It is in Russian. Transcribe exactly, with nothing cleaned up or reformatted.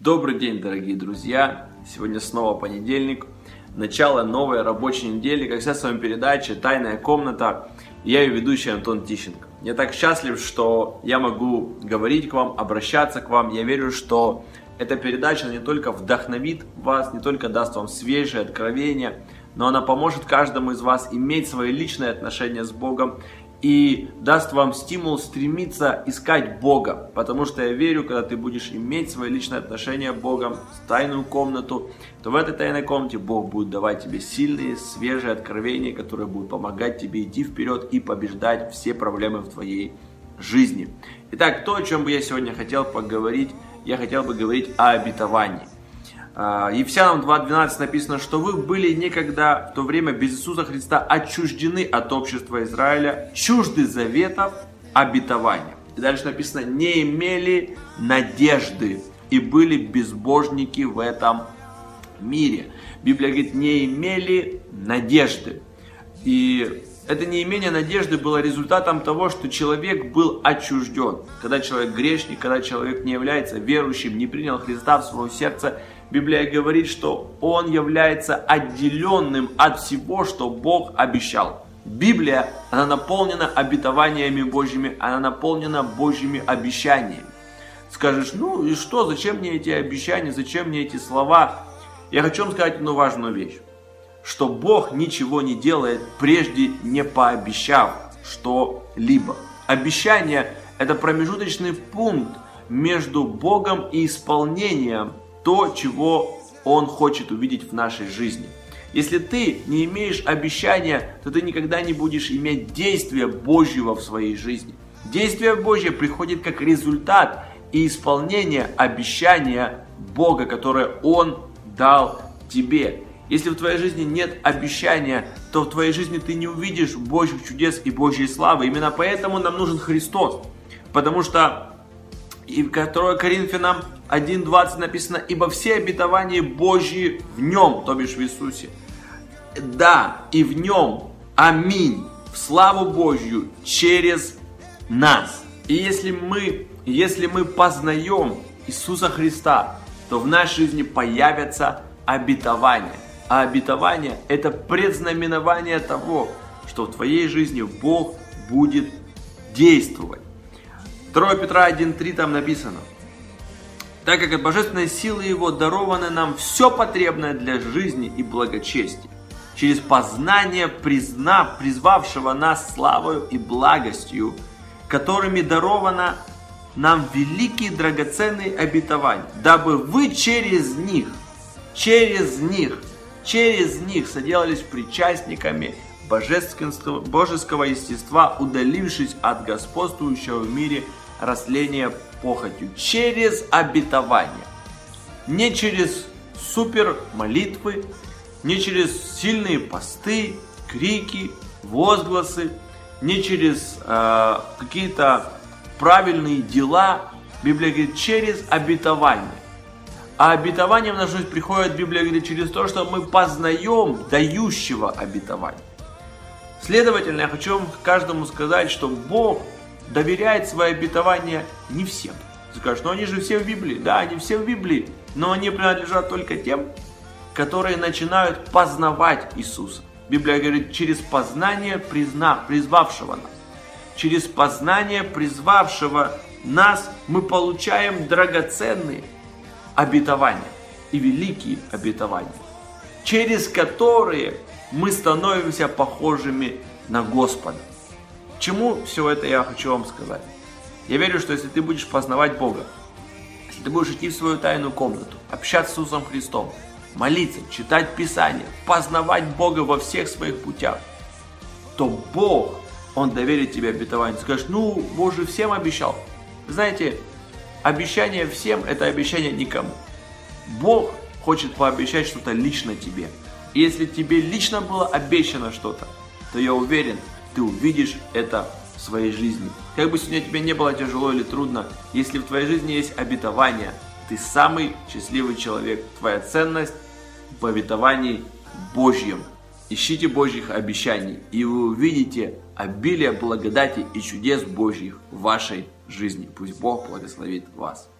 Добрый день, дорогие друзья! Сегодня снова понедельник, начало новой рабочей недели. Как всегда, с вами передача «Тайная комната». Я ее ведущий Антон Тищенко. Я так счастлив, что я могу говорить к вам, обращаться к вам. Я верю, что эта передача не только вдохновит вас, не только даст вам свежие откровения, но она поможет каждому из вас иметь свои личные отношения с Богом и даст вам стимул стремиться искать Бога. Потому что я верю, когда ты будешь иметь свои личные отношения с Богом, тайную комнату, то в этой тайной комнате Бог будет давать тебе сильные, свежие откровения, которые будут помогать тебе идти вперед и побеждать все проблемы в твоей жизни. Итак, то, о чем бы я сегодня хотел поговорить, я хотел бы говорить о обетовании. Ефесянам два двенадцать написано, что вы были некогда в то время без Иисуса Христа отчуждены от общества Израиля, чужды заветов, обетования. И дальше написано, не имели надежды и были безбожники в этом мире. Библия говорит, не имели надежды. И это неимение надежды было результатом того, что человек был отчужден. Когда человек грешник, когда человек не является верующим, не принял Христа в свое сердце, Библия говорит, что он является отделенным от всего, что Бог обещал. Библия, она наполнена обетованиями Божьими, она наполнена Божьими обещаниями. Скажешь, ну и что, зачем мне эти обещания, зачем мне эти слова? Я хочу вам сказать одну важную вещь. Что Бог ничего не делает, прежде не пообещав что-либо. Обещание – это промежуточный пункт между Богом и исполнением то, чего Он хочет увидеть в нашей жизни. Если ты не имеешь обещания, то ты никогда не будешь иметь действия Божьего в своей жизни. Действие Божье приходит как результат и исполнение обещания Бога, которое Он дал тебе. Если в твоей жизни нет обещания, то в твоей жизни ты не увидишь Божьих чудес и Божьей славы. Именно поэтому нам нужен Христос. Потому что и в второе Коринфянам один двадцать написано, ибо все обетования Божьи в Нем, то бишь в Иисусе. Да, и в Нем, аминь, в славу Божью через нас. И если мы, если мы познаем Иисуса Христа, то в нашей жизни появятся обетования. А обетование – это предзнаменование того, что в твоей жизни Бог будет действовать. второе Петра один три там написано. Так как от божественной силы Его даровано нам все потребное для жизни и благочестия, через познание призна, призвавшего нас славою и благостью, которыми даровано нам великие драгоценные обетования, дабы вы через них, через них, через них соделались причастниками божественного, божеского естества, удалившись от господствующего в мире растления похотью, через обетование. Не через супер молитвы, не через сильные посты, крики, возгласы, не через э, какие-то правильные дела. Библия говорит, через обетование. А обетование в нашу жизнь приходит, Библия говорит, через то, что мы познаем дающего обетования. Следовательно, я хочу вам каждому сказать, что Бог доверяет свои обетования не всем. Скажешь, ну они же все в Библии. Да, они все в Библии, но они принадлежат только тем, которые начинают познавать Иисуса. Библия говорит, через познание призна, призвавшего нас. Через познание призвавшего нас мы получаем драгоценные обетования и великие обетования, через которые мы становимся похожими на Господа. Чему все это я хочу вам сказать? Я верю, что если ты будешь познавать Бога, если ты будешь идти в свою тайную комнату, общаться с Иисусом Христом, молиться, читать Писание, познавать Бога во всех своих путях, то Бог, Он доверит тебе обетование. Ты скажешь, ну, Бог же всем обещал. Вы знаете, обещание всем – это обещание никому. Бог хочет пообещать что-то лично тебе. И если тебе лично было обещано что-то, то я уверен, ты увидишь это в своей жизни. Как бы сегодня тебе не было тяжело или трудно, если в твоей жизни есть обетование, ты самый счастливый человек. Твоя ценность в обетовании Божьем. Ищите Божьих обещаний, и вы увидите обилие благодати и чудес Божьих в вашей жизни. Пусть Бог благословит вас.